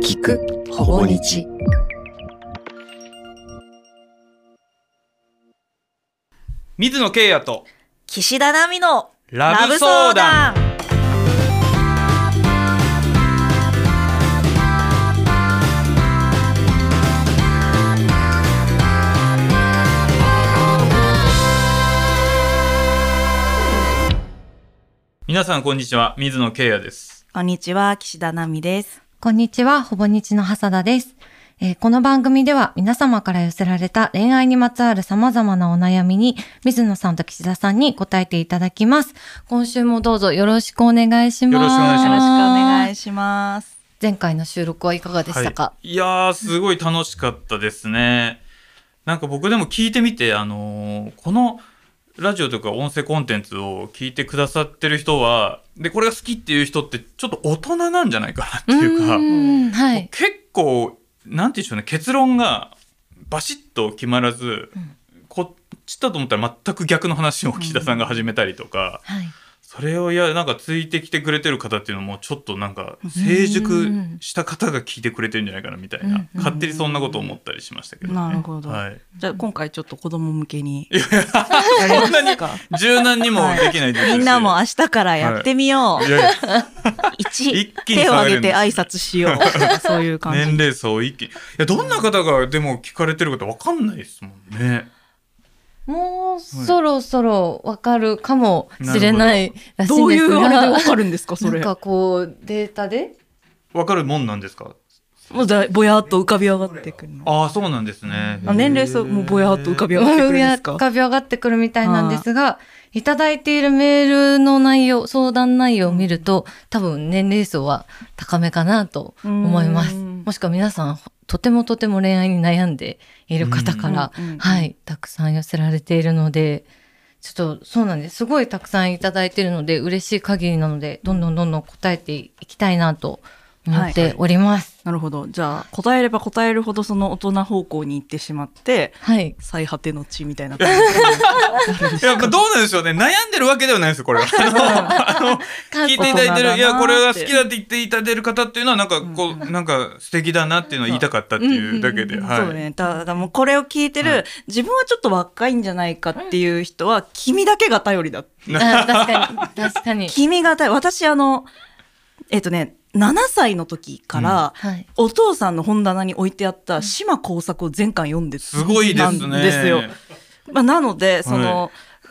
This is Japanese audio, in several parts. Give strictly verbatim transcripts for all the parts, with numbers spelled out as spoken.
聞くほぼ日。 水野圭也と岸田奈美のラブ相談。皆さんこんにちは、水野圭也です。 こんにちは、岸田奈美です。 こんにちは、ほぼ日の長田です、えー、この番組では皆様から寄せられた恋愛にまつわる様々なお悩みに水野さんと岸田さんに答えていただきます。今週もどうぞよろしくお願いします。 よろしくお願いします。 よろしくお願いします。 前回の収録はいかがでしたか？ はい、いやーすごい楽しかったですね。なんか僕でも聞いてみて、あのー、このラジオとか音声コンテンツを聞いてくださってる人はでこれが好きっていう人ってちょっと大人なんじゃないかなっていうか、 うーん、はい、 結構なんていうんでしょうね、結論がバシッと決まらず、うん、こっちだと思ったら全く逆の話を岸田さんが始めたりとか、うん、はい、それをやなんかついてきてくれてる方っていうのもちょっとなんか成熟した方が聞いてくれてるんじゃないかなみたいな、勝手にそんなこと思ったりしましたけど、ね、 なるほど、はい、じゃあ今回ちょっと子供向けにいやそんなに柔軟にもできないですし、 はい、みんなも明日からやってみよう、はい、いやいや一, 一気に手を挙げて挨拶しようそういう感じ。 年齢層一気に、いやどんな方がでも聞かれてるかって分かんないですもんね。 もうそろそろわかるかもしれないらしいんですが、 どういうあれでわかるんですかそれ。 なんかこうデータでわかるもんなんですか？ もうだぼやっと浮かび上がってくるの。 ああそうなんですね。 あ、年齢層もぼやっと浮かび上がってくるんですか？ 浮かび上がってくるみたいなんですが、いただいているメールの内容、相談内容を見ると多分年齢層は高めかなと思います。もしくは皆さんとてもとても恋愛に悩んでいる方から、うんうんうん、はい、たくさん寄せられているので、ちょっとそうなんです。すごいたくさんいただいているので嬉しい限りなので、どんどんどんどん答えていきたいなと思っております。 はい、なるほど。じゃあ答えれば答えるほどその大人方向に行ってしまって、はい、最果ての地みたいな感じいやどうなんでしょうね。悩んでるわけではないですよこれは。あのあの聞いていただいてる、いやこれが好きだって言っていただいてる方っていうのはなんかこう、うん、なんか素敵だなっていうのを言いたかったっていうだけで、はい、 そうね。ただもうこれを聞いてる、はい、自分はちょっと若いんじゃないかっていう人は、うん、君だけが頼りだ。 あ、確かに確かに。 君が頼り。私あのえっとね。ななさいの時から、うん、はい、お父さんの本棚に置いてあった島耕作を全巻読んですごいですね。 ですよ。まあ、なのでその、はい、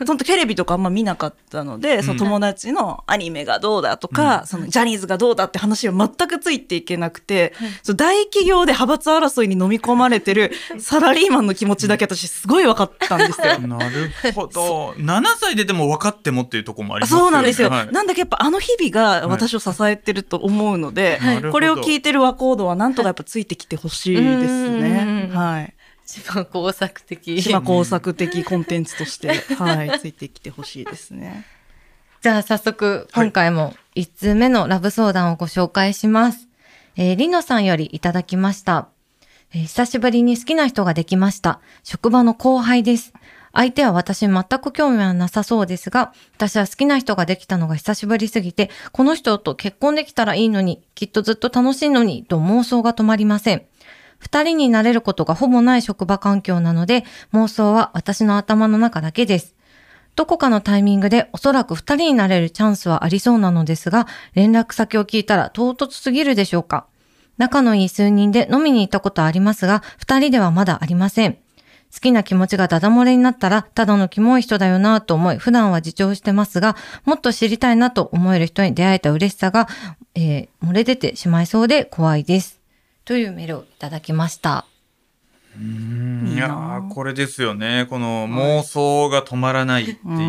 そのテレビとかあんま見なかったので、うん、その友達のアニメがどうだとか、うん、そのジャニーズがどうだって話は全くついていけなくて、うん、その大企業で派閥争いに飲み込まれてるサラリーマンの気持ちだけ私すごい分かったんですよ。 なるほど。ななさいででも分かってもっていうところもありますよね。 そうなんですよ、はい、なんだけやっぱあの日々が私を支えてると思うので、はい、これを聞いてる和コードはなんとかやっぱついてきてほしいですね。はい、 島工作的島工作的コンテンツとして、はい、ついてきてほしいですね。 じゃあ早速今回もいちつうめのラブ相談をご紹介します。えー、リノさんよりいただきました。えー、久しぶりに好きな人ができました。職場の後輩です。相手は私全く興味はなさそうですが、私は好きな人ができたのが久しぶりすぎて、この人と結婚できたらいいのに、きっとずっと楽しいのにと妄想が止まりません。二人になれることがほぼない職場環境なので、妄想は私の頭の中だけです。どこかのタイミングでおそらく二人になれるチャンスはありそうなのですが、連絡先を聞いたら唐突すぎるでしょうか。仲のいい数人で飲みに行ったことありますが、二人ではまだありません。好きな気持ちがダダ漏れになったら、ただのキモい人だよなと思い、普段は自重してますが、もっと知りたいなと思える人に出会えた嬉しさが、えー、漏れ出てしまいそうで怖いです。というメールをいただきました。 うーん、いやこれですよね。この妄想が止まらないっていう、はい、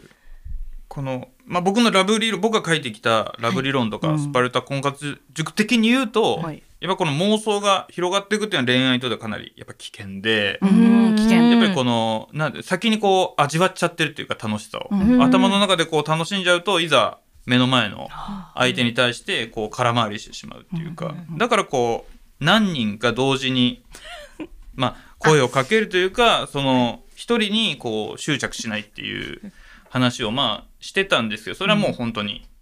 この、まあ、僕のラブ理論、僕が書いてきたラブ理論とか、はい、スパルタ婚活塾的に言うと、はい、やっぱこの妄想が広がっていくっていうのは恋愛とではかなりやっぱ危険で、 うん危険。 やっぱりこのなんで先にこう味わっちゃってるっていうか楽しさを、頭の中でこう楽しんじゃうといざ目の前の相手に対してこう空回りしてしまうっていうか、だからこう何人か同時にまあ声をかけるというか、その一人にこう執着しないっていう話をまあしてたんですけど、それはもう本当に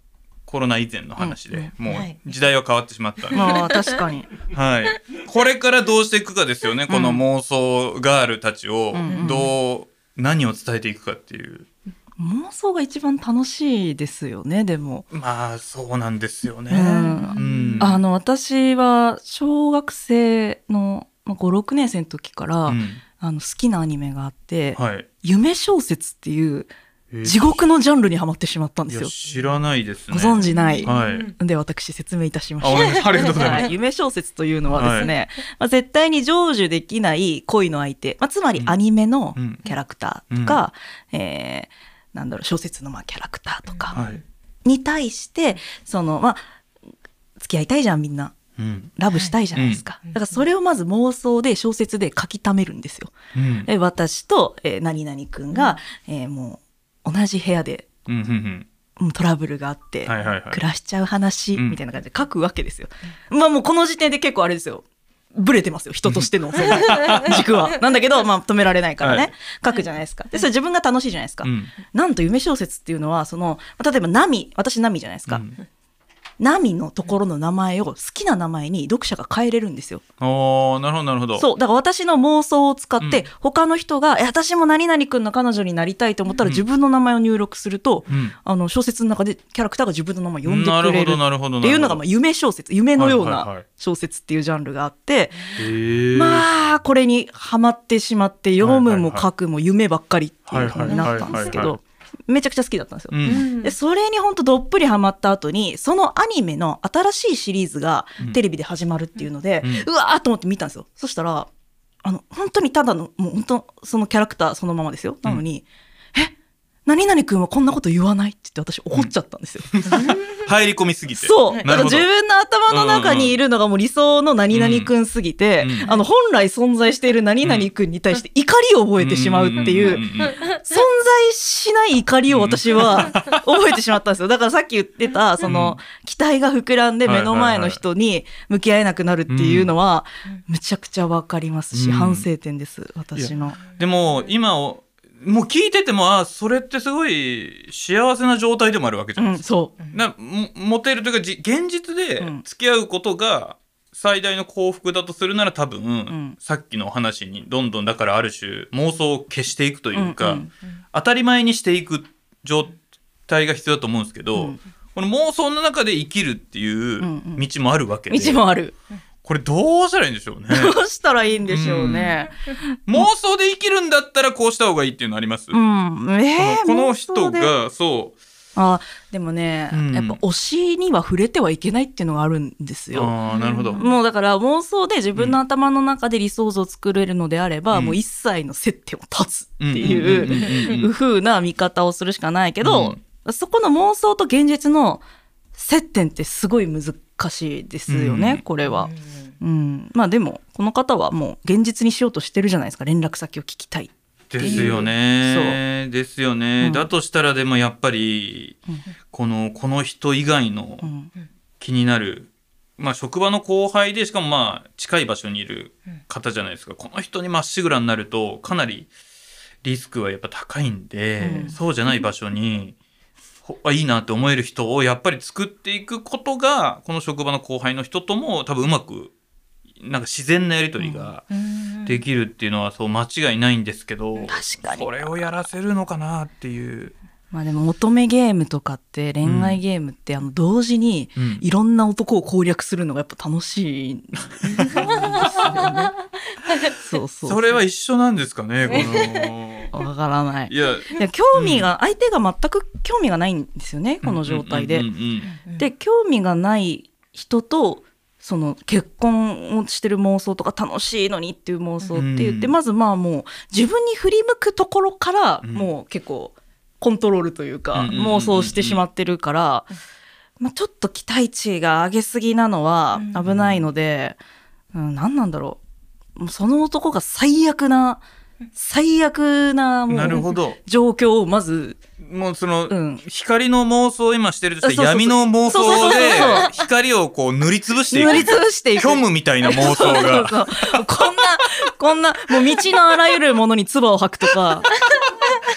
コロナ以前の話で、 うんもう時代は変わってしまったんで、 まあ確かにはい、これからどうしていくかですよね、この妄想ガールたちをどう、何を伝えていくかっていう。 妄想が一番楽しいですよね。でもまあそうなんですよね、 うんうん、 あの私は小学生のご、ろくねん生の時から、うん、あの好きなアニメがあって、はい、夢小説っていう地獄のジャンルにはまってしまったんですよ。 知らないですね。 ご存じない、 はい、 で私説明いたしました。 あ, ありがとうございます、 はい、夢小説というのはですね、はい、まあ、絶対に成就できない恋の相手、まあ、つまりアニメのキャラクターとか、うんえーなんだろう小説のまあキャラクターとかに対して、はい、そのまあ付き合いたいじゃんみんな、うん、ラブしたいじゃないですか、はい、だからそれをまず妄想で小説で書き溜めるんですよ、うん、え私と、えー、何々くんが、うんえー、もう同じ部屋で、うんうんうん、トラブルがあって、はいはいはい、暮らしちゃう話みたいな感じで書くわけですよ、うん、まあもうこの時点で結構あれですよ、ブレてますよ人としてのその軸はなんだけど、まあ、止められないからね、はい、書くじゃないですか。でそれ自分が楽しいじゃないですか、うん、なんと夢小説っていうのはその例えばナミ、私ナミじゃないですか、うん、ナミのところの名前を好きな名前に読者が変えれるんですよ。 おー、なるほどなるほど。 そうだから私の妄想を使って、うん、他の人がえ私も何々くんの彼女になりたいと思ったら、うん、自分の名前を入力すると、うん、あの小説の中でキャラクターが自分の名前を呼んでくれるっていうのがまあ夢小説、夢のような小説っていうジャンルがあって、はいはいはい、まあこれにハマってしまって読むも書くも夢ばっかりっていう風になったんですけど、めちゃくちゃ好きだったんですよ、うん、でそれに本当どっぷりハマった後にそのアニメの新しいシリーズがテレビで始まるっていうので、うん、うわーと思って見たんですよ。そしたらあの本当にただのもう本当そのキャラクターそのままですよ。なのに、うん、え何々くんはこんなこと言わないって言って私怒っちゃったんですよ、うん、 入り込みすぎて。 そうだから自分の頭の中にいるのがもう理想の何々くんすぎて、うんうん、あの本来存在している何々くんに対して怒りを覚えてしまうっていう、うんうんうん、存在しない怒りを私は覚えてしまったんですよ。だからさっき言ってたその期待が膨らんで目の前の人に向き合えなくなるっていうのはむちゃくちゃわかりますし、うん、反省点です私の。 でも今をもう聞いててもあそれってすごい幸せな状態でもあるわけじゃないですか、うん、そうなモテるというかじ現実で付き合うことが最大の幸福だとするなら多分、うん、さっきの話にどんどんだからある種妄想を消していくというか、うんうん、当たり前にしていく状態が必要だと思うんですけど、うん、この妄想の中で生きるっていう道もあるわけで、 道もある。 これどうしたらいいんでしょうね。 どうしたらいいんでしょうね、 うん、妄想で生きるんだったらこうした方がいいっていうのあります、 うんえー、 この、この人がそうあでもね、うん、やっぱ推しには触れてはいけないっていうのがあるんですよ。 あなるほど。 もうだから妄想で自分の頭の中で理想像を作れるのであれば、うん、もう一切の接点を断つっていう風な見方をするしかないけど、うん、そこの妄想と現実の接点ってすごい難しいですよね、うん、これは、うん、まあでもこの方はもう現実にしようとしてるじゃないですか。連絡先を聞きたいですよね。そうですよね、うん、だとしたらでもやっぱり、うん、このこの人以外の気になる、まあ、職場の後輩でしかもまあ近い場所にいる方じゃないですか。この人にまっしぐらになるとかなりリスクはやっぱ高いんで、うん、そうじゃない場所にいいなって思える人をやっぱり作っていくことがこの職場の後輩の人とも多分うまくなんか自然なやり取りができるっていうのはそう間違いないんですけど、 確かにそれをやらせるのかなっていう。 まあでも求めゲームとかって恋愛ゲームってあの同時にいろんな男を攻略するのがやっぱ楽しいんですよね。そうそう。 それは一緒なんですかね。 このわからない。 いや、 いや興味が、うん、相手が全く興味がないんですよねこの状態で。で興味がない人とその結婚をしてる妄想とか楽しいのにっていう妄想って言って、うん、まずまあもう自分に振り向くところからもう結構コントロールというか妄想してしまってるから、まあ、ちょっと期待値が上げすぎなのは危ないので、うんうん、何なんだろう、もうその男が最悪な最悪なもう状況をまずもうその、うん、光の妄想を今してるとして闇の妄想で光をこう塗りつぶしていく、 塗りつぶしていく虚無みたいな妄想がそうそうこんなこんなもう道のあらゆるものに唾を吐くとか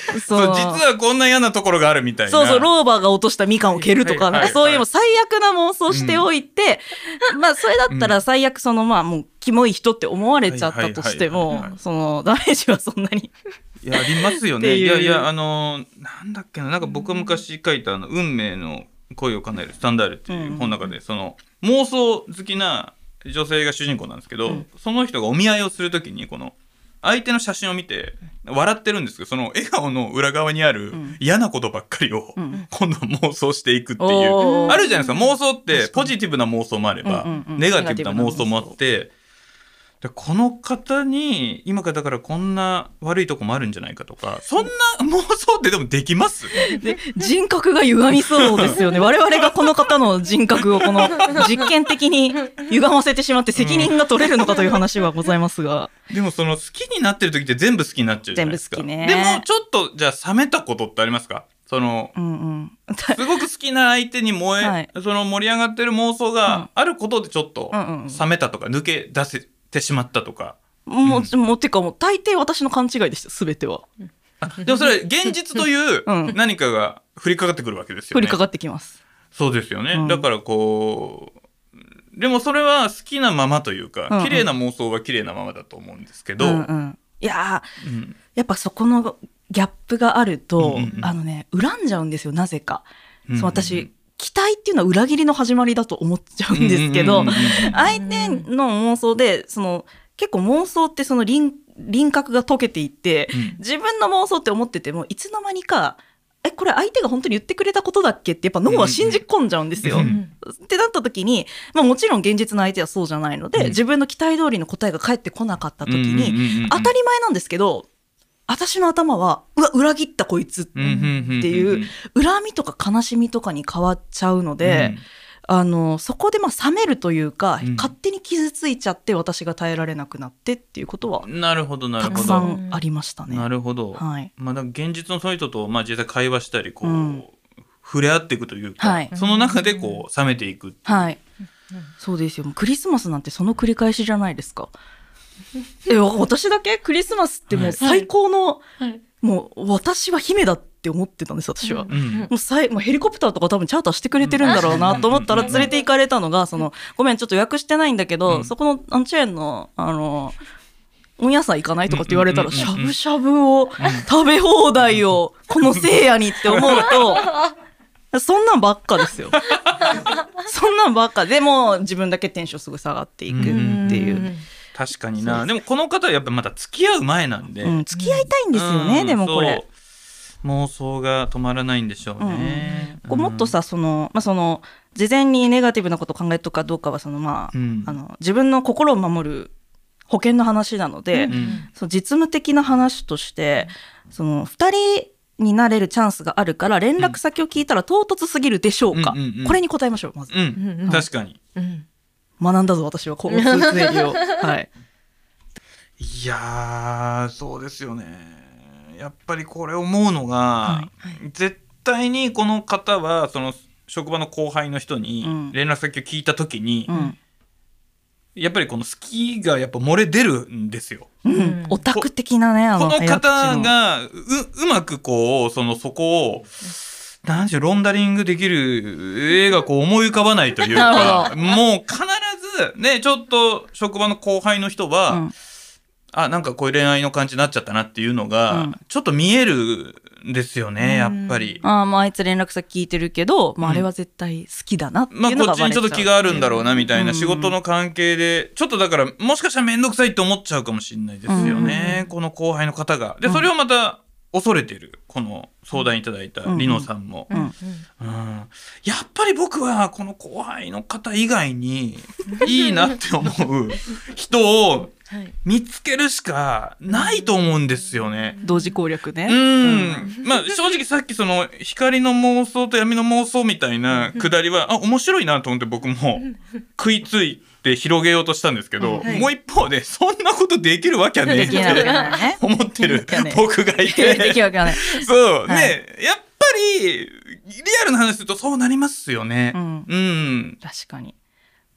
そう実はこんな嫌なところがあるみたいな。 そうそう、老婆が落としたみかんを蹴るとか、なんかそういう最悪な妄想しておいて、まあそれだったら最悪そのまあもうキモい人って思われちゃったとしても、そのダメージはそんなに。 いやありますよね。いやいやあのなんだっけな、なんか僕が昔書いたあの運命の恋を叶えるスタンダールっていう本の中で、その妄想好きな女性が主人公なんですけど、うん、その人がお見合いをするときにこの相手の写真を見て笑ってるんですけど、その笑顔の裏側にある嫌なことばっかりを今度は妄想していくっていう、うん、あるじゃないですか。妄想ってポジティブな妄想もあれば、うんうんうん、ネガティブな妄想もあって、でこの方に今からだからこんな悪いとこもあるんじゃないかとか、そんな妄想ってでもできますで人格が歪みそうですよね。我々がこの方の人格をこの実験的に歪ませてしまって責任が取れるのかという話はございますが、 うん、でもその好きになってる時って全部好きになっちゃうじゃないですか。 全部好きね。 でもちょっとじゃあ冷めたことってありますか？その、うんうん、すごく好きな相手に燃え、はい、その盛り上がってる妄想があることでちょっと冷めたとか抜け出せてしまったとか、 もう、うん、もうてかもう大抵私の勘違いでした全ては。 あでもそれ現実という何かが降りかかってくるわけですよね。 降りかかってきます。 そうですよね、うん、だからこうでもそれは好きなままというか、うんうん、綺麗な妄想は綺麗なままだと思うんですけど、うんうん、 いや、うん、やっぱそこのギャップがあると、うんうん、あのね恨んじゃうんですよなぜか、うんうん、そう私期待っていうのは裏切りの始まりだと思っちゃうんですけど、相手の妄想でその結構妄想ってその 輪, 輪郭が溶けていって、うん、自分の妄想って思っててもいつの間にかえこれ相手が本当に言ってくれたことだっけってやっぱ脳は信じ込んじゃうんですよ、うん、ってなった時に、まあ、もちろん現実の相手はそうじゃないので、うん、自分の期待通りの答えが返ってこなかった時に、当たり前なんですけど私の頭はうわ裏切ったこいつっていう恨みとか悲しみとかに変わっちゃうので、うん、あのそこでまあ冷めるというか、うん、勝手に傷ついちゃって私が耐えられなくなってっていうことはなるほどなるほどたくさんありましたね。 なるほど、はいまあ、だ現実のその人とまあ実際会話したりこう、うん、触れ合っていくというか、はい、その中でこう冷めていくっていう、 はい、そうですよ。クリスマスなんてその繰り返しじゃないですか。え私だけクリスマスってもう最高の、はいはい、もう私は姫だって思ってたんです私は、うん、もうさいもうヘリコプターとか多分チャーターしてくれてるんだろうなと思ったら連れて行かれたのがそのごめんちょっと予約してないんだけど、うん、そこのアンチェーンのあの温野菜行かないとかって言われたらしゃぶしゃぶを食べ放題をこのせいやにって思うとそんなんばっかですよそんなんばっかでも自分だけテンションすぐ下がっていくっていう、 確かにな。でもこの方はやっぱまだ付き合う前なんで、 うん、付き合いたいんですよね、うん、でもこれ妄想が止まらないんでしょうね、 うん、こうもっとさその、まあ、その事前にネガティブなことを考えとかどうかはその、まあうん、あの自分の心を守る保険の話なので、うん、その実務的な話としてそのふたりになれるチャンスがあるから連絡先を聞いたら唐突すぎるでしょうか、うんうんうん、これに答えましょうまず、 うんうん、確かに、うん学んだぞ私はこの数値をはいいやーそうですよね。やっぱりこれ思うのが、はいはい、絶対にこの方はその職場の後輩の人に連絡先を聞いた時に、うん、やっぱりこの好きがやっぱ漏れ出るんですよ、 うん、オタク的なねあのこの方が う, うまくこうそのそこをなんでしょうロンダリングできる絵がこう思い浮かばないというかもう必ずねちょっと職場の後輩の人は、うん、あなんかこういう恋愛の感じになっちゃったなっていうのが、うん、ちょっと見えるんですよね、やっぱり。 あ、まあ、あいつ連絡先聞いてるけど、まあ、あれは絶対好きだなっていうのがバレちゃう、 まあ、こっちにちょっと気があるんだろうなみたいな仕事の関係でちょっとだからもしかしたら面倒くさいって思っちゃうかもしれないですよね、この後輩の方が。でそれをまた恐れてるこの相談いただいたリノさんも、うんうんうんうん、やっぱり僕はこの後輩の方以外にいいなって思う人を見つけるしかないと思うんですよね。 同時攻略ね。 うん、うん、まあ正直さっきその光の妄想と闇の妄想みたいなくだりはあ面白いなと思って僕も食いついて広げようとしたんですけど、はい、もう一方でそんなことできるわけはねえって思ってる僕がいてできるわけはないそう、はい、ねやっぱりリアルな話するとそうなりますよね。うん、うん、 確かに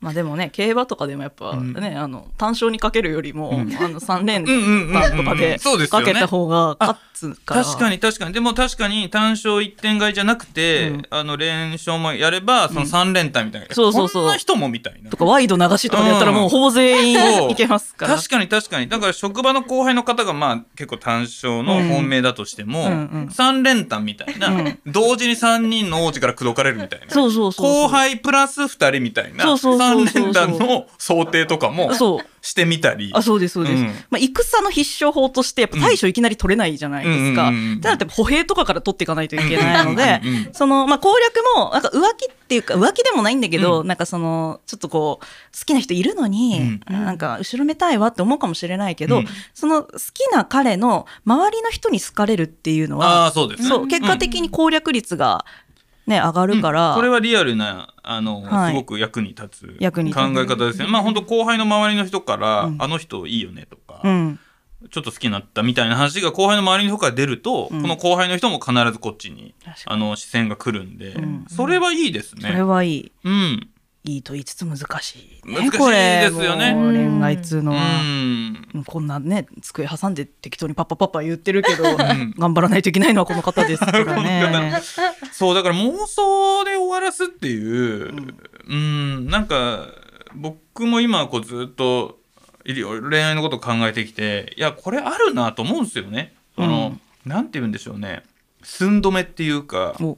まあでもね競馬とかでもやっぱね、うん、あの単勝にかけるよりも、うん、あのさん連単とかでかけた方が勝つから。 確かに確かに。でも確かに単勝一点買いじゃなくて、うん、あの連勝もやればそのさん連単みたいな、うん、そうそうそう、こんな人もみたいなとかワイド流しとかでやったらもうほぼ全員いけますから、うん、 確かに確かに。だから職場の後輩の方がまあ結構単勝の本命だとしても、うんうんうん、さん連単みたいな、うん、同時にさんにんの王子から口説かれるみたいな、 そうそうそうそう、 後輩プラスふたりみたいなさん連単の想定とかもしてみたり。 あ、そうですそうです、うん、まあ、戦の必勝法としてやっぱ大将いきなり取れないじゃないですか、うんうんうんうん、だって歩兵とかから取っていかないといけないので、うんうんうん、そのまあ攻略もなんか浮気っていうか浮気でもないんだけど、うん、なんかそのちょっとこう好きな人いるのに、うん、なんか後ろめたいわって思うかもしれないけど、うん、その好きな彼の周りの人に好かれるっていうのは、 あ、そうですね、 そう結果的に攻略率がね、上がるから、 うん、これはリアルなあの、はい、すごく役に立つ考え方ですね。まあ本当後輩の周りの人から、うん、あの人いいよねとか、うん、ちょっと好きになったみたいな話が後輩の周りの人から出ると、うん、この後輩の人も必ずこっちにあの視線が来るんで、うん、それはいいですね。 それはいい、 うん、 いいと言いつつ難しい、ね、 難しいですよね。 恋愛っつうのは、うん、こんなね机挟んで適当にパッパパッパ言ってるけど、うん、頑張らないといけないのはこの方ですからねそうだから妄想で終わらすっていう、うん、うんなんか僕も今こうずっと恋愛のことを考えてきて、いやこれあるなと思うんですよね。その、うん、なんて言うんでしょうね、寸止めっていうか、うん、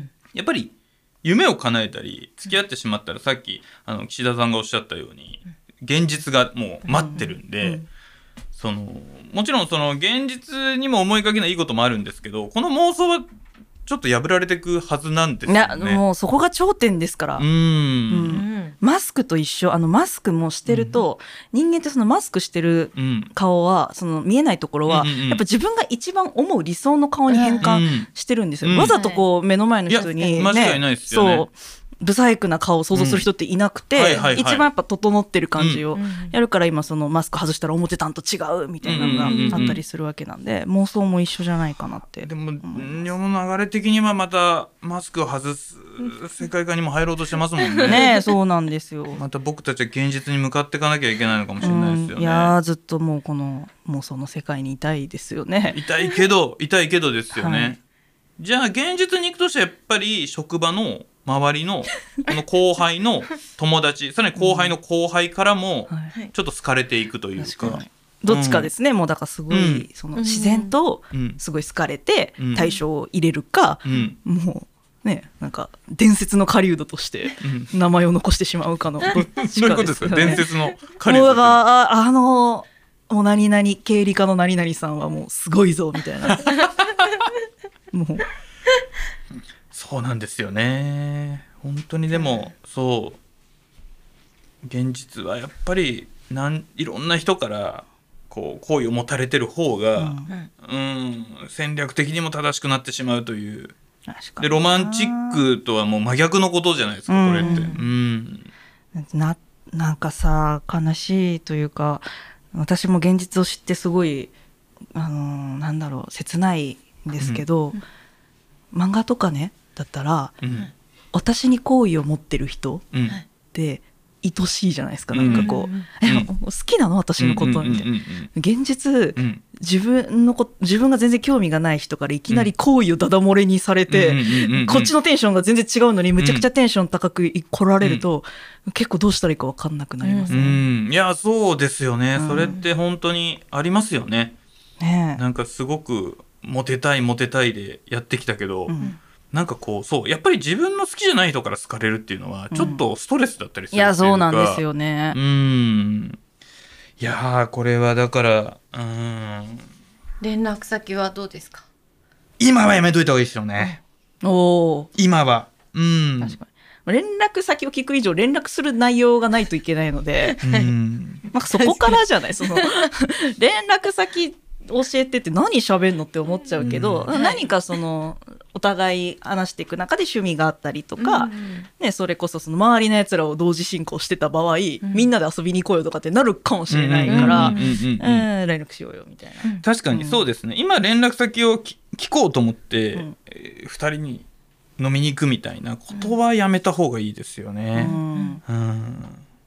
やっぱり夢を叶えたり付き合ってしまったら、さっきあの岸田さんがおっしゃったように現実がもう待ってるんで、うんうん、そのもちろんその現実にも思いかけないいいこともあるんですけど、この妄想はちょっと破られていくはずなんですよね。 いやもうそこが頂点ですから。うん、うん、マスクと一緒。あのマスクもしてると、うん、人間ってそのマスクしてる顔は、うん、その見えないところは、うんうんうん、やっぱ自分が一番思う理想の顔に変換してるんですよ、うん、わざとこう目の前の人に、ね、 間違いないですよね。 そうブサイクな顔を想像する人っていなくて、うんはいはいはい、一番やっぱ整ってる感じをやるから、今そのマスク外したら思ってたんと違うみたいなのがあったりするわけなんで、妄想も一緒じゃないかなって。 でも世の流れ的にはまたマスクを外す世界観にも入ろうとしてますもんね。 ねえそうなんですよ。 また僕たちは現実に向かっていかなきゃいけないのかもしれないですよね、うん、いやずっともうこの妄想の世界にいたいですよね。 いたいけどいたいけどですよね、はい、じゃあ現実に行くとしてはやっぱり職場の周りのこの後輩の友達さらに後輩の後輩からもちょっと好かれていくというか、うんはい、 どっちかですね、うん、もうだからすごいその自然とすごい好かれて対象を入れるか、うん、もうねなんか伝説の狩人として名前を残してしまうかのどっちかですよね。どういうことですか伝説の狩人って。ああのもう何々経理課の何々さんはもうすごいぞみたいなもうそうなんですよね本当に。でもそう現実はやっぱりなんいろんな人からこう好意を持たれてる方が、うんうん、戦略的にも正しくなってしまうという。でロマンチックとはもう真逆のことじゃないですかこれって、うんうん、な, なんかさ悲しいというか私も現実を知ってすごいあのなんだろう切ないんですけど、うん、漫画とかねだったら、うん、私に好意を持ってる人って愛しいじゃないですか、うん、なんかこう、うん、え好きなの私のことみたいな。現実、うん、自分のこ自分が全然興味がない人からいきなり好意をダダ漏れにされて、うん、こっちのテンションが全然違うのにむちゃくちゃテンション高く来られると、うん、結構どうしたらいいか分かんなくなりますね、うん、 いやそうですよね、うん、それって本当にありますよね、ねなんかすごくモテたいモテたいでやってきたけど、うんなんかこうそうやっぱり自分の好きじゃない人から好かれるっていうのはちょっとストレスだったりする、うん、 いやそうなんですよね。 うんいやこれはだからうん連絡先はどうですか。 今はやめといた方がいいですよね、 うん、お今はうん確かに連絡先を聞く以上連絡する内容がないといけないので、うん、なんかそこからじゃないその連絡先教えてって何喋んのって思っちゃうけど、うん、何かそのお互い話していく中で趣味があったりとか、うんね、それこそその周りのやつらを同時進行してた場合、うん、みんなで遊びに行こうよとかってなるかもしれないから連絡しようよみたいな。 確かにそうですね、うん、今連絡先を聞こうと思って、うんえー、ふたりに飲みに行くみたいなことはやめた方がいいですよね、うんうん、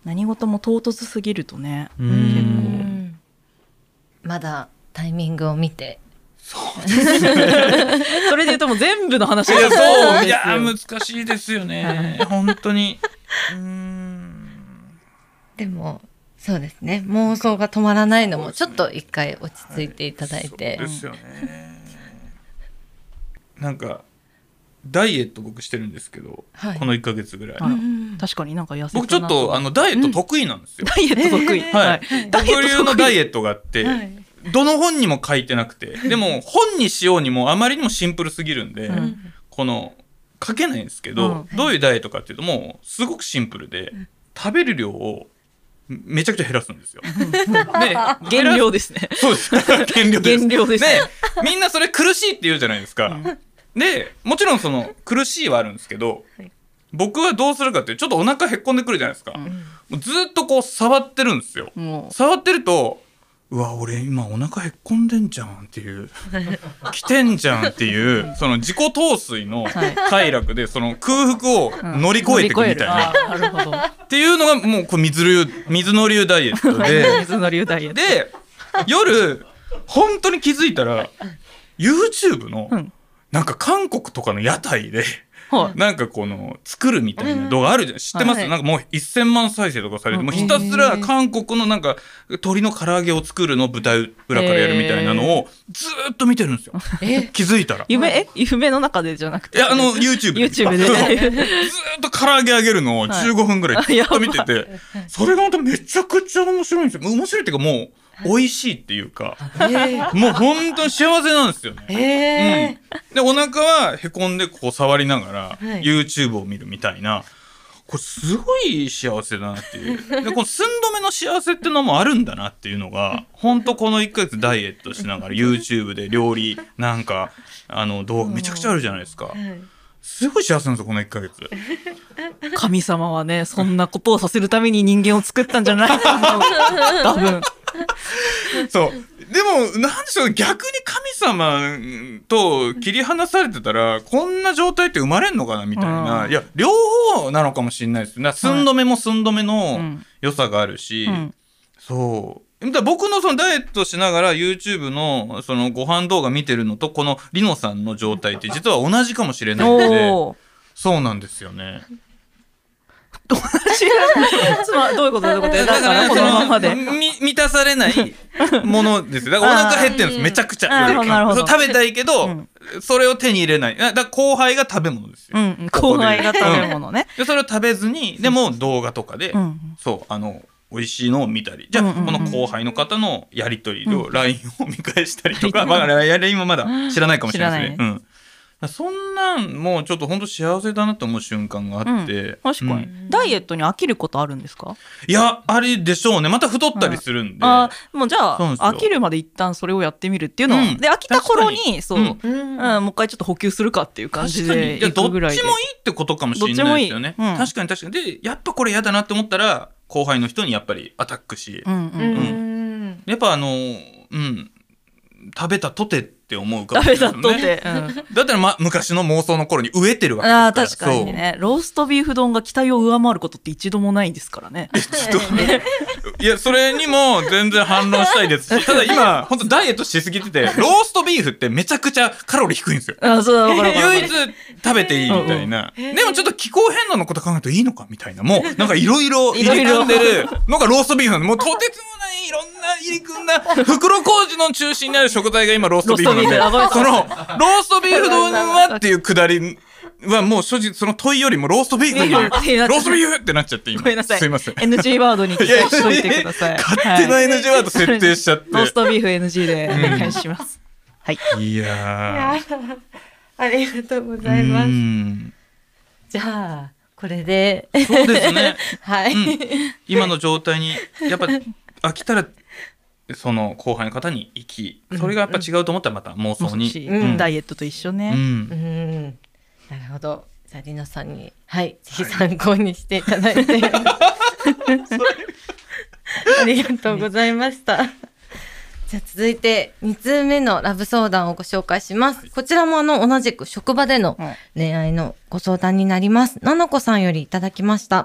何事も唐突すぎるとね、 う結構んまだタイミングを見て。 そうですねそれで言うともう全部の話いやがそういですよや難しいですよね本当にうーんでもそうですね、妄想が止まらないのもちょっと一回落ち着いていただいて、 そうですよねなんかダイエット僕してるんですけど、 はいこのいっかげつぐらい、 あら確かになんか痩せたな僕ちょっとあのダイエット得意なんですよ、 ダイエット得意、 はい、僕流のダイエッットがあって、 はいどの本にも書いてなくてでも本にしようにもあまりにもシンプルすぎるんで、 うんこの書けないんですけど、 うんどういうダイエットかっていうともうすごくシンプルで、食べる量をめちゃくちゃ減らすんですよ。で減量ですねそうです減量です減量ですねでみんなそれ苦しいって言うじゃないですか、でもちろんその苦しいはあるんですけど、 はい僕はどうするかってちょっとお腹へっこんでくるじゃないですか、もうずっとこう触ってるんですよ。 もう触ってるとうわ俺今お腹へっこんでんじゃんっていう来てんじゃんっていうその自己陶酔の快楽でその空腹を乗り越えていくみたいな、 乗り越えるあーなるほどっていうのがもうこう水流水の流ダイエットで水の流ダイエットで夜本当に気づいたら YouTube のうんなんか韓国とかの屋台ではいなんかこの作るみたいな動画あるじゃん、知ってます、 はいなんかもうせんまん再生とかされて、 うんもうひたすら韓国のなんか鶏の唐揚げを作るのを舞台裏からやるみたいなのをずーっと見てるんですよ、 え気づいたらい夢え夢の中でじゃなくてやあの YouTube で YouTube でそうずーっと唐揚げ揚げるのをじゅうごふんぐらいずっと見てて、それがまためちゃくちゃ面白いんですよ。面白いっていうかもう美味しいっていうか、もう本当に幸せなんですよね。 えうん、でお腹はへこんでこう触りながらはい YouTube を見るみたいな、これすごい幸せだなっていうでこの寸止めの幸せってのもあるんだなっていうのが本当このいっかげつダイエットしながら YouTube で料理なんかあの動画めちゃくちゃあるじゃないですか。すごい幸せなんですよこのいっかげつ。 神様はねそんなことをさせるために人間を作ったんじゃないと思う多分そうでもなんでしょう、逆に神様と切り離されてたらこんな状態って生まれんのかなみたいな、 うんいや両方なのかもしれないですね。寸止めも寸止めの良さがあるし、 うんそうだから僕のそのダイエットしながら YouTube のそのご飯動画見てるのとこのリノさんの状態って実は同じかもしれないのでおーそうなんですよね。 違うつまりどういうことどういうことだからこのままでそのみ満たされないものですよ。だからお腹減ってるんですめちゃくちゃ。 なるほどなるほどそう食べたいけど、 うんそれを手に入れない。だから後輩が食べ物ですよ。 うんうんここで後輩が食べ物ねでそれを食べずにでも動画とかで、 うんそうあの美味しいのを見たり、じゃあ、 うんうんうんこの後輩の方のやり取りを ライン を見返したりとか、まあ、ライン もまだ知らないかもしれないですね。 知らうんそんなんもうちょっと本当幸せだなと思う瞬間があって、 うん確かに、 うんダイエットに飽きることあるんですか？ いやあれでしょうね。また太ったりするんで、 あーもうじゃあそうなんですよ飽きるまで一旦それをやってみるっていうのを、 うんで飽きた頃にそう、 うんうんもう一回ちょっと補給するかっていう感じ確かにでいやどっちもいいいくぐらいでってことかもしれないですよね。 どっちもいいうん確かに確かに。でやっぱこれ嫌だなって思ったら後輩の人にやっぱりアタックし、 うんうんううんんやっぱあのうん食べたとてって思うかも食べしれないですよね。 たとて、うんだったら、ま、昔の妄想の頃に飢えてるわけですあから。 ー確かにねローストビーフ丼が期待を上回ることって一度もないんですからね。 そうちょっといやそれにも全然反論したいですし、ただ今本当ダイエットしすぎててローストビーフってめちゃくちゃカロリー低いんですよ。 あそうだ分かる分かる唯一食べていいみたいな、でもちょっと気候変動のこと考えるといいのかみたいな、もうなんかいろいろ入り組んでるのがローストビーフなんで、もうとてつもないいろんな入り組んだ袋麹の中心にある食材が今ローストビーフなんで、 ローストビーフあごめんなさいそのローストビーフ丼はっていうくだりはもう正直その問いよりもローストビーフにローストビーフってなっちゃって今ごめんなさいすいませんエヌジー ワードに記載しといてください。 勝手な エヌジー ワード設定しちゃって、 ローストビーフ エヌジー でお願いします。はい。 いやありがとうごーざいます。 うんじゃあこれでそうですねはい、 うん今の状態にやっぱ飽きたらその後輩の方に行き、それがやっぱ違うと思ったらまた妄想に、 しうんダイエットと一緒うね。 んうんなるほど。じゃありのさんにはいぜひ参考にしていただいて、ありがとうございました。じゃあ続いてに通目のラブ相談をご紹介します。こちらもあの同じく職場でのうん恋愛のご相談になります。ななこさんよりいただきました。 はい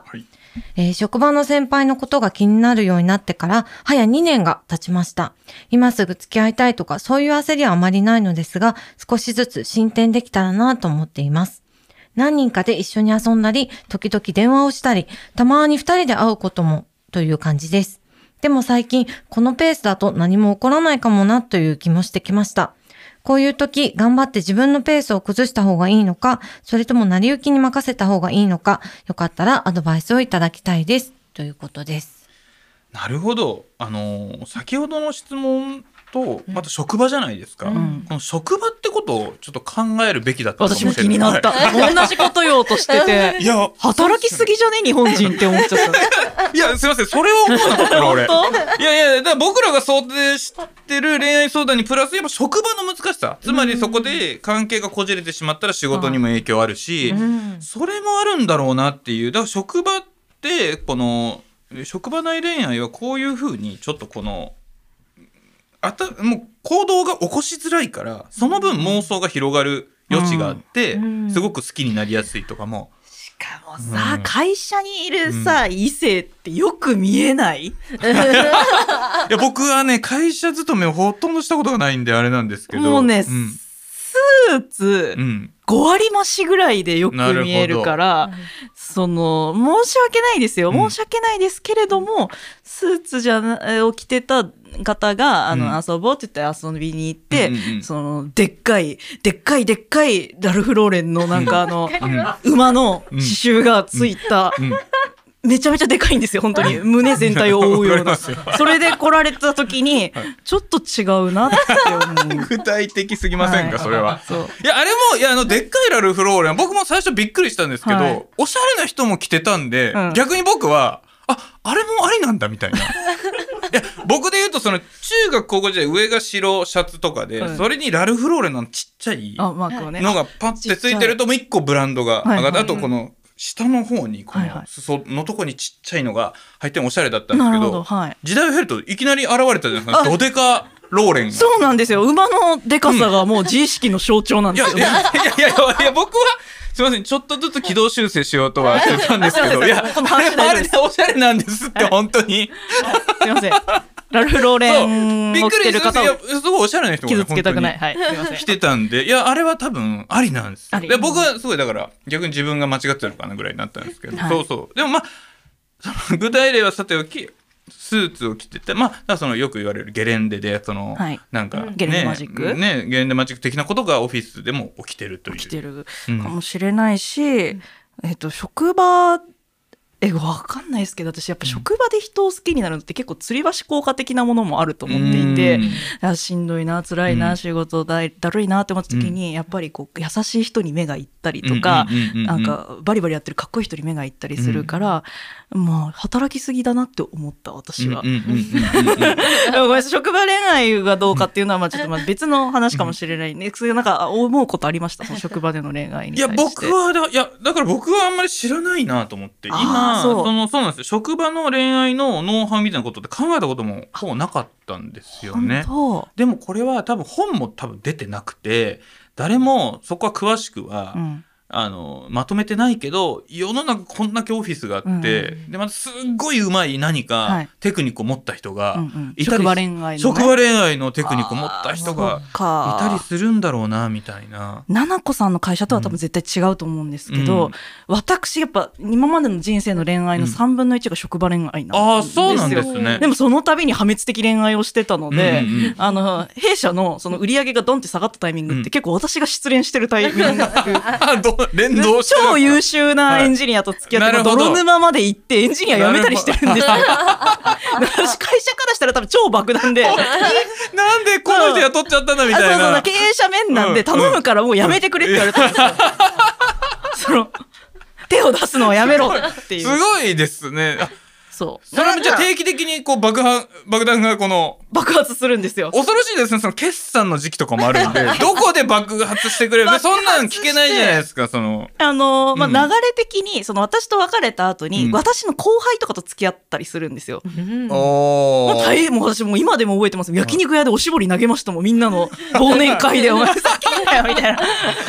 えー職場の先輩のことが気になるようになってから早にねんが経ちました。今すぐ付き合いたいとかそういう焦りはあまりないのですが、少しずつ進展できたらなと思っています。何人かで一緒に遊んだり、時々電話をしたり、たまに二人で会うこともという感じです。でも最近このペースだと何も起こらないかもなという気もしてきました。こういう時頑張って自分のペースを崩した方がいいのか、それとも成り行きに任せた方がいいのか、よかったらアドバイスをいただきたいですということです。 なるほど。あの先ほどの質問とまた職場じゃないですか、うん、この職場ってことをちょっと考えるべきだったかもしれない。 私も気になった、はい、同じこと言おうとしてていや働きすぎじゃね日本人って思っちゃったいやすいません、それは思わなかったな俺いやいや、だから僕らが想定してる恋愛相談にプラスやっぱ職場の難しさ、つまりそこで関係がこじれてしまったら仕事にも影響あるし、うん、それもあるんだろうなっていう。だから職場ってこの職場内恋愛はこういうふうにちょっとこのあたもう行動が起こしづらいからその分妄想が広がる余地があって、うん、すごく好きになりやすいとかも。 しかもさ、うん、会社にいるさ、うん、異性ってよく見えないいや僕はね会社勤めをほとんどしたことがないんであれなんですけど、 もうね、うん、スーツ、うん、ご割増しぐらいでよく見えるから、その申し訳ないですよ、申し訳ないですけれども、うん、スーツじゃなを着てた方があの、うん、遊ぼうって言って遊びに行って、うんうんうん、そのでっかいでっかいでっかいラルフローレンのなんかあの、うん、馬の刺繍がついた、うんうん、めちゃめちゃでかいんですよ本当に胸全体を覆うようなそれで来られた時に、はい、ちょっと違うなって思う具体的すぎませんか、はい、それは。そういやあれもいやあのでっかいラルフローレン僕も最初びっくりしたんですけど、はい、おしゃれな人も着てたんで、うん、逆に僕はああれもありなんだみたいないや僕で言うとその中学高校時代上が白シャツとかで、うん、それにラルフローレンのちっちゃいのがパッてついてるともういっこブランドが上がって、はいはい、あとこの下の方にこの裾のとこにちっちゃいのが入ってもおしゃれだったんですけ ど, ど、はい、時代を経るといきなり現れたじゃないですか、ドデカローレンが。 そうなんですよ、馬のでかさがもう自意識の象徴なんですよ、 うん、いやいやいやいやいや僕はすいませんちょっとずつ軌道修正しようとはしてたんですけどいやあれでおしゃれなんですって本当にすいませんラルフローレン持ってる方をすごいおしゃれな人が、ね、 傷つけたくない、はい、すいません来てたんで、いやあれは多分ありなんですよ。で僕はすごいだから逆に自分が間違ってるのかなぐらいになったんですけど、はい、そうそうでもまあその具体例はさておきスーツを着てて、まあそのよく言われるゲレンデでその、はい、なんか、ね、 ゲレンデマジックねゲレンデマジック的なことがオフィスでも起きてるという起きてるかもしれないし、うん、えっと職場えわかんないですけど私やっぱ職場で人を好きになるのって結構吊り橋効果的なものもあると思っていて、うん、しんどいな辛いな、うん、仕事だだるいなって思った時に、うん、やっぱりこう優しい人に目がいったりとか、うん、なんかバリバリやってるかっこいい人に目がいったりするから、うん、まあ働きすぎだなって思った私は。ごめんなさい職場恋愛がどうかっていうのはまあちょっとまあ別の話かもしれないね。なんか思うことありましたその職場での恋愛に対して。 いや僕はだいやだから僕はあんまり知らないなと思って今そうそのそうなんですよ職場の恋愛のノウハウみたいなことって考えたこともほぼなかったんですよね。でもこれは多分本も多分出てなくて誰もそこは詳しくは、うん、あのまとめてないけど世の中こんだけオフィスがあって、うん、でまたすっごいうまい何かテクニックを持った人がいたり、 はいうんうん、職場恋愛の、ね、 職場恋愛のテクニックを持った人がいたりするんだろうなみたいな。 ななこさんの会社とは多分絶対違うと思うんですけど、うん、私やっぱ今までの人生の恋愛のさんぶんのいちが職場恋愛なんですよ、うん、あそうなんですね。 でもその度に破滅的恋愛をしてたので、うんうんうん、あの弊社 の, その売り上げがドンって下がったタイミングって、うん、結構私が失恋してるタイミングあど連動して超優秀なエンジニアと付き合って、はい、泥沼まで行ってエンジニア辞めたりしてるんですよ。会社からしたら多分超爆弾でなんでこの人雇っちゃったんだみたいな、 そうそうそう経営者面なんで頼むからもう辞めてくれって言われたんですよ、うんうん、その手を出すのはやめろっていう。 すごいですね。 そうそれもじゃあ定期的にこう 爆, 破爆弾がこの爆発するんですよ。 恐ろしいですね。その決算の時期とかもあるんでどこで爆発してくれるそんなん聞けないじゃないですか。そのあの、まあ、流れ的にその私と別れた後に、うん、私の後輩とかと付き合ったりするんですよ、うん、おもう大変もう私もう今でも覚えてます。焼肉屋でおしぼり投げましたもんみんなの忘年会でお前ふざけんなよみたいなさ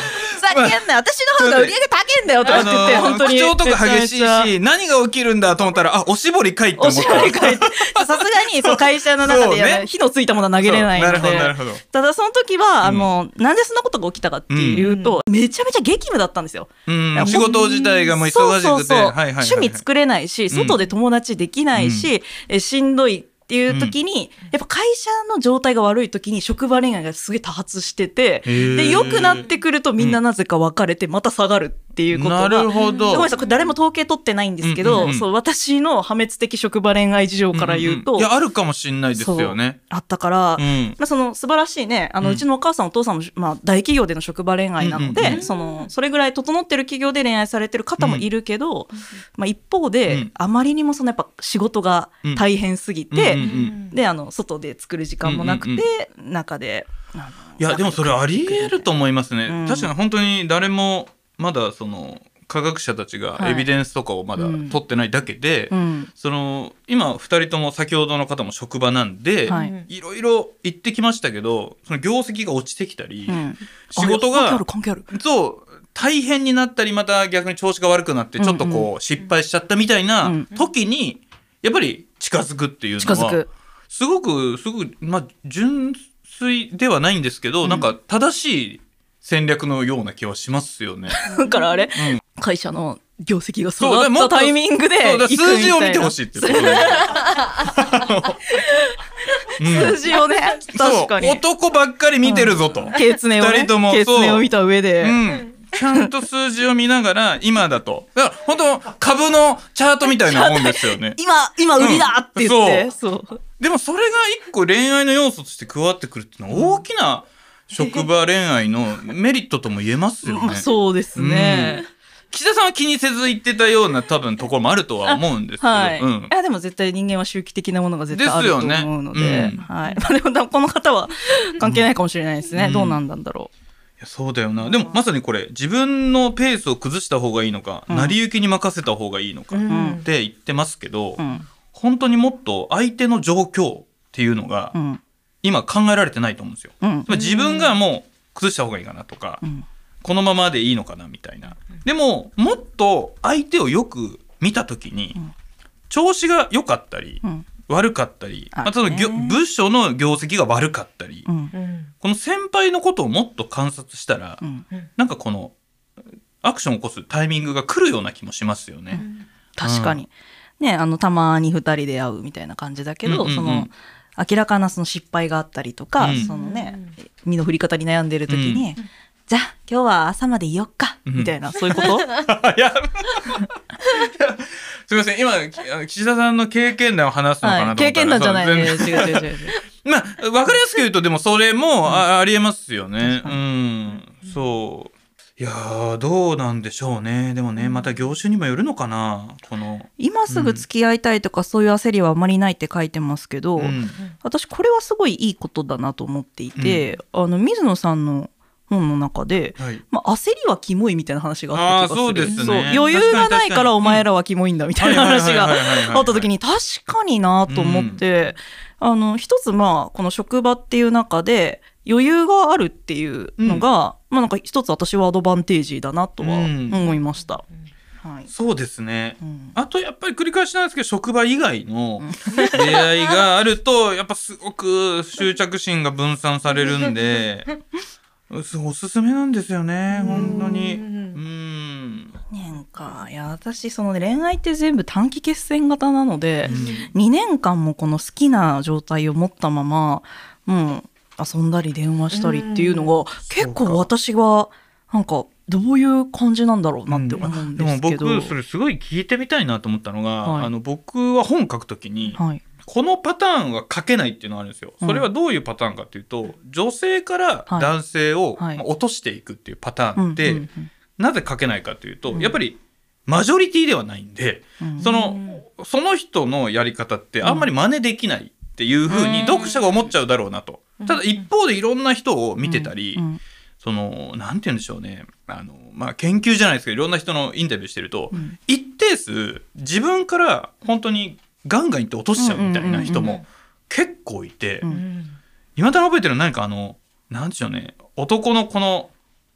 ざけんなよ、私の方が売り上げ高いんだよとかって言って、 あのー、 本当に口調とか激しいし、何が起きるんだと思ったら、あ、おしぼりかいって思った。 おしぼりかいってさすがにそう会社の中で、ね、火のついたものは投げれないので、 なるほどなるほど。 ただその時は、うん、あのなんでそんなことが起きたかっていうと、うん、めちゃめちゃ激務だったんですよ。 うん、仕事自体がもう忙しくて、 そうそうそう、 はいはいはいはい、 趣味作れないし、外で友達できないし、うん、えしんどいっていう時に、うん、やっぱ会社の状態が悪い時に職場恋愛がすげえ多発してて、で良くなってくるとみんななぜか別れてまた下がるっていうことが、 なるほど。 ごめんなさい、これ誰も統計取ってないんですけど、うんうんうん、そう私の破滅的職場恋愛事情から言うと、 うんうん、いやあるかもしれないですよね。 あったから、うんまあ、その素晴らしいね、あの、うん、うちのお母さんお父さんも、まあ、大企業での職場恋愛なので、うんうんうん、そのそれぐらい整ってる企業で恋愛されてる方もいるけど、うんまあ、一方で、うん、あまりにもそのやっぱ仕事が大変すぎて、うんうんうん、であの外で作る時間もなくて、うんうんうん、中であのいやでもそれありえると思いますね、うん、確かに本当に誰もまだその科学者たちがエビデンスとかをまだ取ってないだけで、はいうん、その今ふたりとも先ほどの方も職場なんで、はい、いろいろ言ってきましたけど、その業績が落ちてきたり、うん、仕事がそう大変になったり、また逆に調子が悪くなってちょっとこう失敗しちゃったみたいな時にやっぱり近づくっていうのはすごくすごく、まあ、純粋ではないんですけど、うん、なんか正しい戦略のような気はしますよね。 だからあれ、うん、会社の業績が下がったタイミングで行くみたいな、 数字を見てほしいってことね。 数字をね、確かに男ばっかり見てるぞと、うん、 経常をね、経常を見た上で、 うんちゃんと数字を見ながら今だとだから本当株のチャートみたいなもんですよね。 今今売りだって言って、うん、そうそうでもそれが一個恋愛の要素として加わってくるっていうのは大きな職場恋愛のメリットとも言えますよね。 まあ、そうですね、うん、 岸田さんは気にせず言ってたような多分ところもあるとは思うんですけど、 はいうん、いやでも絶対人間は周期的なものが絶対あると思うので、 ですよね、 うんはいまあ、でもこの方は関係ないかもしれないですね、うん、どうなんだろう。 いやそうだよな。でもまさにこれ自分のペースを崩した方がいいのか、うん、成り行きに任せた方がいいのかって言ってますけど、うん、本当にもっと相手の状況っていうのが今考えられてないと思うんですよ、うん、自分がもう崩した方がいいかなとか、うん、このままでいいのかなみたいな。でももっと相手をよく見た時に、うん、調子が良かったり、うん悪かったり、まあ、その部署の業績が悪かったり、うん、この先輩のことをもっと観察したら、うん、なんかこのアクションを起こすタイミングが来るような気もしますよね、うん、 確かに、うん、ねあのたまにふたりで会うみたいな感じだけど、うんうんうん、その明らかなその失敗があったりとか、うん、そのね身の振り方に悩んでる時に、うん、じゃあ今日は朝までいよっか、うん、みたいなそういうこといやすみません今岸田さんの経験談を話すのかなと思ったら、はい、経験談じゃないね違う違う違うまあ分かりやすく言うとでもそれも あ,、うん、ありえますよね、うん、そういやどうなんでしょうね。でもねまた業種にもよるのかな。この今すぐ付き合いたいとか、うん、そういう焦りはあまりないって書いてますけど、うん、私これはすごいいいことだなと思っていて、うん、あの水野さんの本の中で、はいまあ、焦りはキモいみたいな話があった気がする。 あそうですね、 そう余裕がないからお前らはキモいんだみたいな話があった時に確かになと思って、うん、あの一つまあこの職場っていう中で余裕があるっていうのが、うんまあ、なんか一つ私はアドバンテージだなとは思いました、 うんはい、そうですね、うん、あとやっぱり繰り返しなんですけど職場以外の出会いがあるとやっぱすごく執着心が分散されるんでおすすめなんですよね本当に。うんなんかいや私その、ね、恋愛って全部短期決戦型なので、うん、にねんかんもこの好きな状態を持ったまま、うん、遊んだり電話したりっていうのが結構私はなんかどういう感じなんだろうなって思うんですけど、 うん、でも僕それすごい聞いてみたいなと思ったのが、はい、あの僕は本書くときに、はいこのパターンは書けないっていうのがあるんですよ。それはどういうパターンかっていうと、うん、女性から男性を落としていくっていうパターンって、はいはい、なぜ書けないかというと、うん、やっぱりマジョリティではないんで、うん、そのその人のやり方ってあんまり真似できないっていうふうに読者が思っちゃうだろうなと。ただ一方でいろんな人を見てたり、うん、そのなんて言うんでしょうね、あの、まあ、研究じゃないですけどいろんな人のインタビューしてると、うん、一定数自分から本当にガンガンいって落としちゃうみたいな人も結構いて、いまだに覚えてるのは何かあのなんでしょうね、男のこの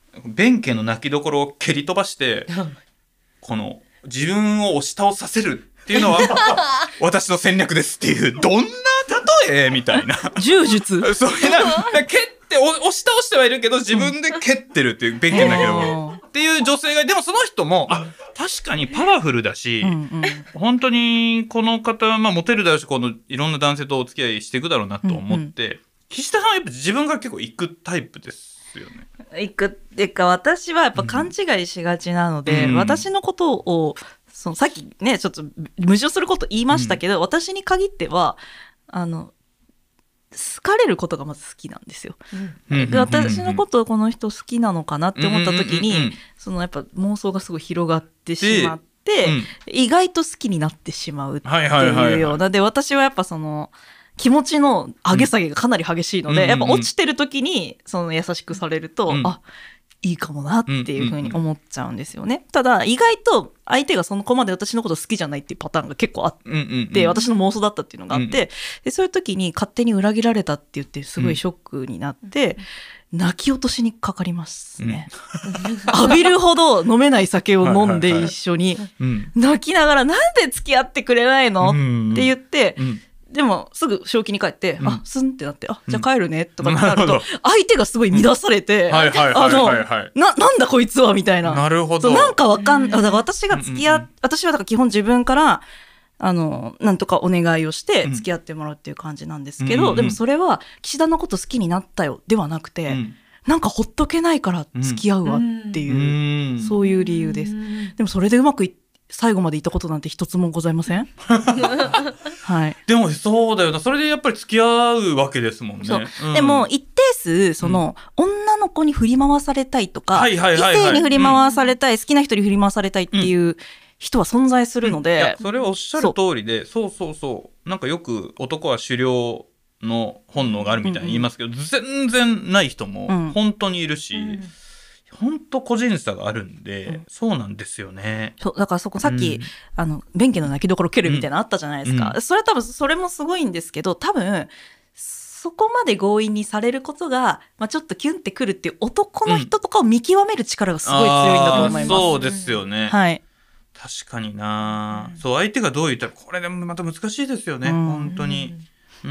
弁慶の泣きどころを蹴り飛ばしてこの自分を押し倒させるっていうのは私の戦略ですっていう、どんな例えみたいな柔術それな蹴って押し倒してはいるけど自分で蹴ってるっていう弁慶だけどっていう女性が、でもその人もあ確かにパワフルだし、うんうん、本当にこの方はまあモテるだろうし、このいろんな男性とお付き合いしていくだろうなと思って、うんうん、岸田さんはやっぱ自分が結構行くタイプですよね。 行くっていうか、私はやっぱ勘違いしがちなので、うん、私のことをそのさっきねちょっと矛盾すること言いましたけど、うん、私に限ってはあの好かれることがまず好きなんですよ、うん、で私のことをこの人好きなのかなって思った時に、うんうんうんうん、そのやっぱ妄想がすごい広がってしまって、うん、意外と好きになってしまうっていうようなで、私はやっぱその気持ちの上げ下げがかなり激しいので、うん、やっぱ落ちてる時にその優しくされると、うん、あいいかもなっていう風に思っちゃうんですよね、うんうんうん、ただ意外と相手がその子まで私のこと好きじゃないっていうパターンが結構あって、うんうんうん、私の妄想だったっていうのがあって、うん、でそういう時に勝手に裏切られたって言ってすごいショックになって、うん、泣き落としにかかりますね、うん、浴びるほど飲めない酒を飲んで一緒に泣きながらなんで付き合ってくれないの、うんうん、って言って、うんでもすぐ正気に帰って、うん、あスンってなって、あじゃあ帰るねとかってなると、うん、相手がすごい乱されて、あのななんだこいつはみたいな、 なるほど、 なんかわかんだから私が付き合、うんうん、私はだから基本自分からあのなんとかお願いをして付き合ってもらうっていう感じなんですけど、うん、でもそれは岸田のこと好きになったよではなくて、うん、なんかほっとけないから付き合うわっていう、うん、そういう理由です。でもそれでうまくいって最後までいたことなんて一つもございませんはい、 でもそうだよな、それでやっぱり付き合うわけですもんね、 うん、でも一定数その、うん、女の子に振り回されたいとか、はいはいはいはい、異性に振り回されたい、うん、好きな人に振り回されたいっていう人は存在するので、うん、いやそれはおっしゃる通りで、そうそうそうなんかよく男は狩猟の本能があるみたいに言いますけど、うんうん、全然ない人も本当にいるし、うんうん本当個人差があるんで、うん、そうなんですよね。 そうだからそこさっき、うん、あの弁慶の泣きどころ蹴るみたいなのあったじゃないですか、うん、それは多分それもすごいんですけど、多分そこまで強引にされることが、まあ、ちょっとキュンってくるっていう男の人とかを見極める力がすごい強いんだと思います、うん、 そうですよね、 はい、 確かにな、うん、そう相手がどう言ったらこれでもまた難しいですよね、うん、本当に、うん、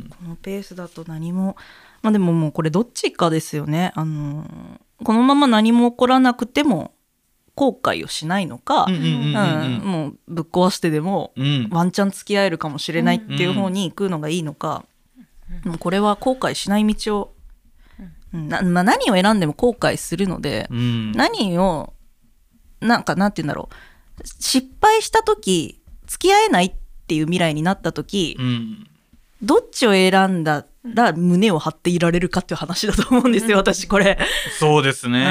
このペースだと何もまあでももうこれどっちかですよね。あのこのまま何も起こらなくても後悔をしないのか、もうぶっ壊してでもワンチャン付き合えるかもしれないっていう方に行くのがいいのか、うん、もうこれは後悔しない道を、なまあ、何を選んでも後悔するので、うん、何をなんかなんて言うんだろう、失敗した時付き合えないっていう未来になった時、うん、どっちを選んだら胸を張っていられるかっていう話だと思うんですよ、私これ。 そうですね、うん、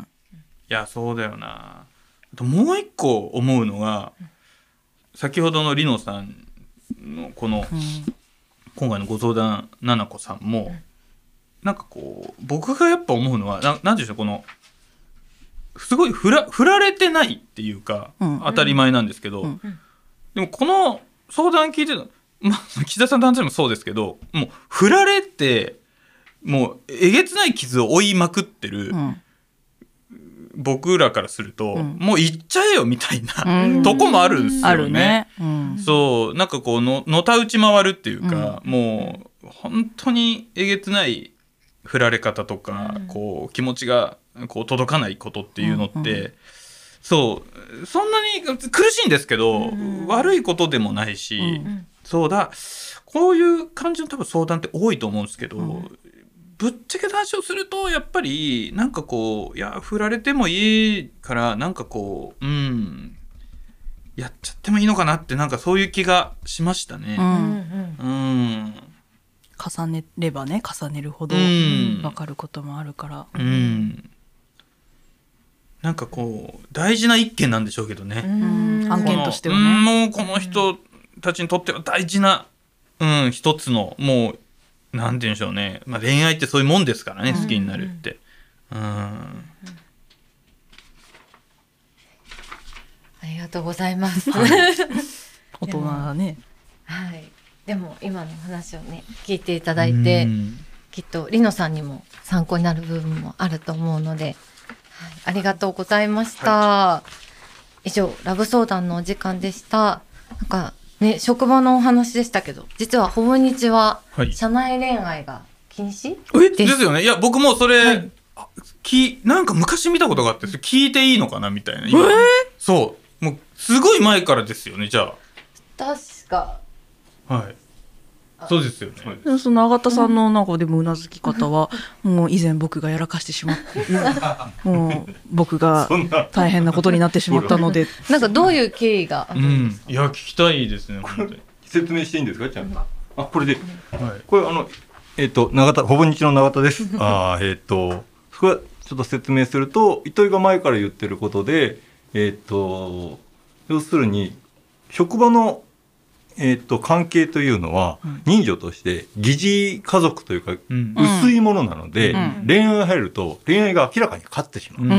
いやそうだよな。あともう一個思うのが、先ほどのリノさんのこの、うん、今回のご相談ななこさんも、うん、なんかこう僕がやっぱ思うのは な, なんていうんでしょう、このすごい振 ら, 振られてないっていうか、うん、当たり前なんですけど、うん、でもこの相談聞いてたまあ、岸田さんの話もそうですけど、もう振られてもうえげつない傷を負いまくってる、うん、僕らからすると、うん、もう行っちゃえよみたいな、うん、とこもあるんですよね。あるね、うん、そうなんかこう の, のたうち回るっていうか、うん、もう本当にえげつない振られ方とか、うん、こう気持ちがこう届かないことっていうのって、うんうん、そうそんなに苦しいんですけど、うん、悪いことでもないし、うんそうだこういう感じの多分相談って多いと思うんですけど、うん、ぶっちゃけた話をするとやっぱりなんかこういや振られてもいいからなんかこううんやっちゃってもいいのかなってなんかそういう気がしましたね、うんうん、 重ねればね重ねるほど分かることもあるから、うんうん、 なんかこう大事な一件なんでしょうけどね、 うん案件としてはね、 うんもうこの人たちにとっては大事な、うん、一つのもうなんて言うんでしょうね、まあ、恋愛ってそういうもんですからね、うん、好きになるって、うんうん、ありがとうございます、 はい、大人だね、 はい、でも今の話をね聞いていただいて、うん、きっとリノさんにも参考になる部分もあると思うのでありがとうございました。はい、以上、ラブ相談のお時間でした。なんかね、職場のお話でしたけど、実はほぼ日は社内恋愛が禁止、 はい、えですよね。いや僕もそれ、はい、きなんか昔見たことがあって、それ聞いていいのかなみたいな。えー、そうもうすごい前からですよね。じゃあ確かはいそうですよね。 でもその永田さんのなんかでもうなずき方は、うん、もう以前僕がやらかしてしまってもう僕が大変なことになってしまったのでなんかどういう経緯があるんですか？ うん、いや聞きたいですね。本当に説明していいんですか？ちゃんとあこれで、はい、これあのえっ、ー、と永田ほぼ日の永田ですあえっ、ー、とそれはちょっと説明すると、糸井が前から言ってることで、えっ、ー、と要するに職場のえー、と関係というのは、うん、人情として疑似家族というか、うん、薄いものなので、うん、恋愛が入ると恋愛が明らかに勝ってしまう、うん、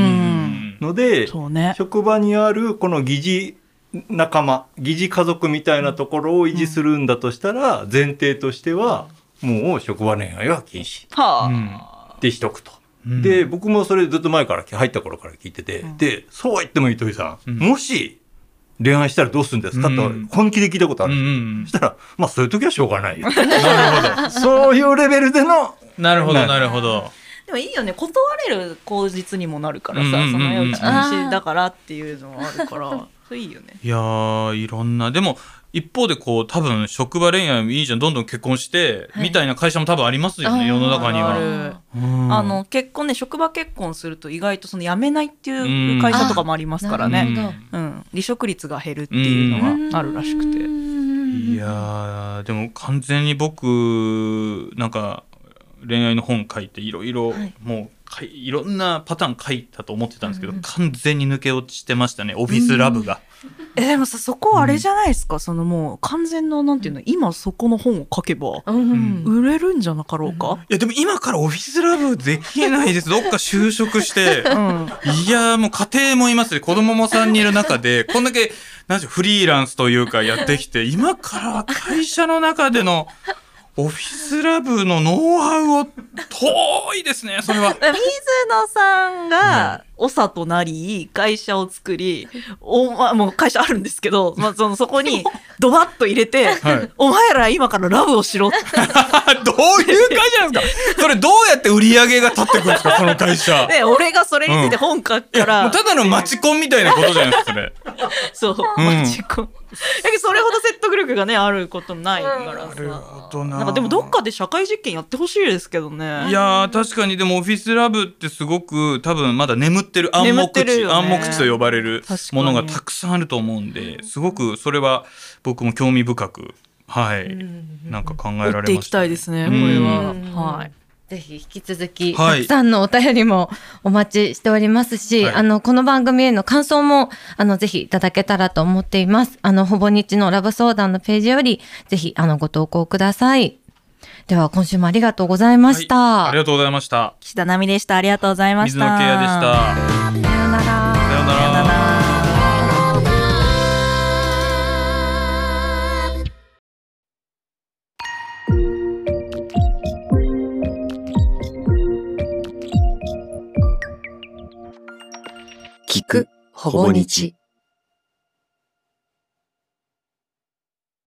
ので、そうね、職場にあるこの疑似仲間疑似家族みたいなところを維持するんだとしたら、うん、前提としてはもう職場恋愛は禁止、うん、ってしとくと、うん、で僕もそれずっと前から入った頃から聞いてて、うん、でそうは言っても糸井さん、うん、もし恋愛したらどうするんですか、うん、と本気で聞いたことあるんです、うんうん、そしたらまあそういう時はしょうがないよなるほどそういうレベルでのなるほどなるほど。 でもいいよね、断れる口実にもなるからさ、うんうんうんうん、そのうち禁止だからっていうのもあるからそれいいよね。いやーいろんなでも一方でこう多分職場恋愛いいじゃんどんどん結婚して、はい、みたいな会社も多分ありますよね世の中には。ある、うん、あの結婚ね職場結婚すると意外とその辞めないっていう会社とかもありますからね、うんうん、離職率が減るっていうのがあるらしくて。 いやでも完全に僕なんか恋愛の本書いていろいろもういろんなパターン書いたと思ってたんですけど、うん、完全に抜け落ちてましたねオフィスラブが。 えでもさそこあれじゃないですか、うん、そのもう完全ななんていうの今そこの本を書けば売れるんじゃなかろうか、うん、いやでも今からオフィスラブできないですどっか就職して、うん、いやもう家庭もいますし子供もさんにんいる中でこんだけなんでしょうフリーランスというかやってきて今から会社の中でのオフィスラブのノウハウを遠いですねそれは。 水野さんが長となり会社を作りお、ま、もう会社あるんですけど、まあ、そのそこにドバッと入れて、はい、お前ら今からラブをしろってどういう会社なんですかそれどうやって売り上げが立ってくるんですかその会社で俺がそれについて本書くから、 うん、もうただのマチコンみたいなことじゃないですかそれそう、うん、マチコンだけどそれほど説得力がねあることないからさ、な, なんかでもどっかで社会実験やってほしいですけどね。 いや確かにでもオフィスラブってすごく多分まだ眠ってる暗黙知、ね、暗黙知と呼ばれるものがたくさんあると思うんですごくそれは僕も興味深くはい、うん、なんか考えられました、ね、 打っていきたいですねこれは、はいぜひ引き続き、はい、たくさんのお便りもお待ちしておりますし、はい、あのこの番組への感想もあのぜひいただけたらと思っています。あのほぼ日のラブ相談のページよりぜひあのご投稿ください。では今週もありがとうございました、 はい、ありがとうございました。 岸田奈美でした。ありがとうございました。 水野ケアでした。 さようなら。 さようなら。 聞くほぼ日。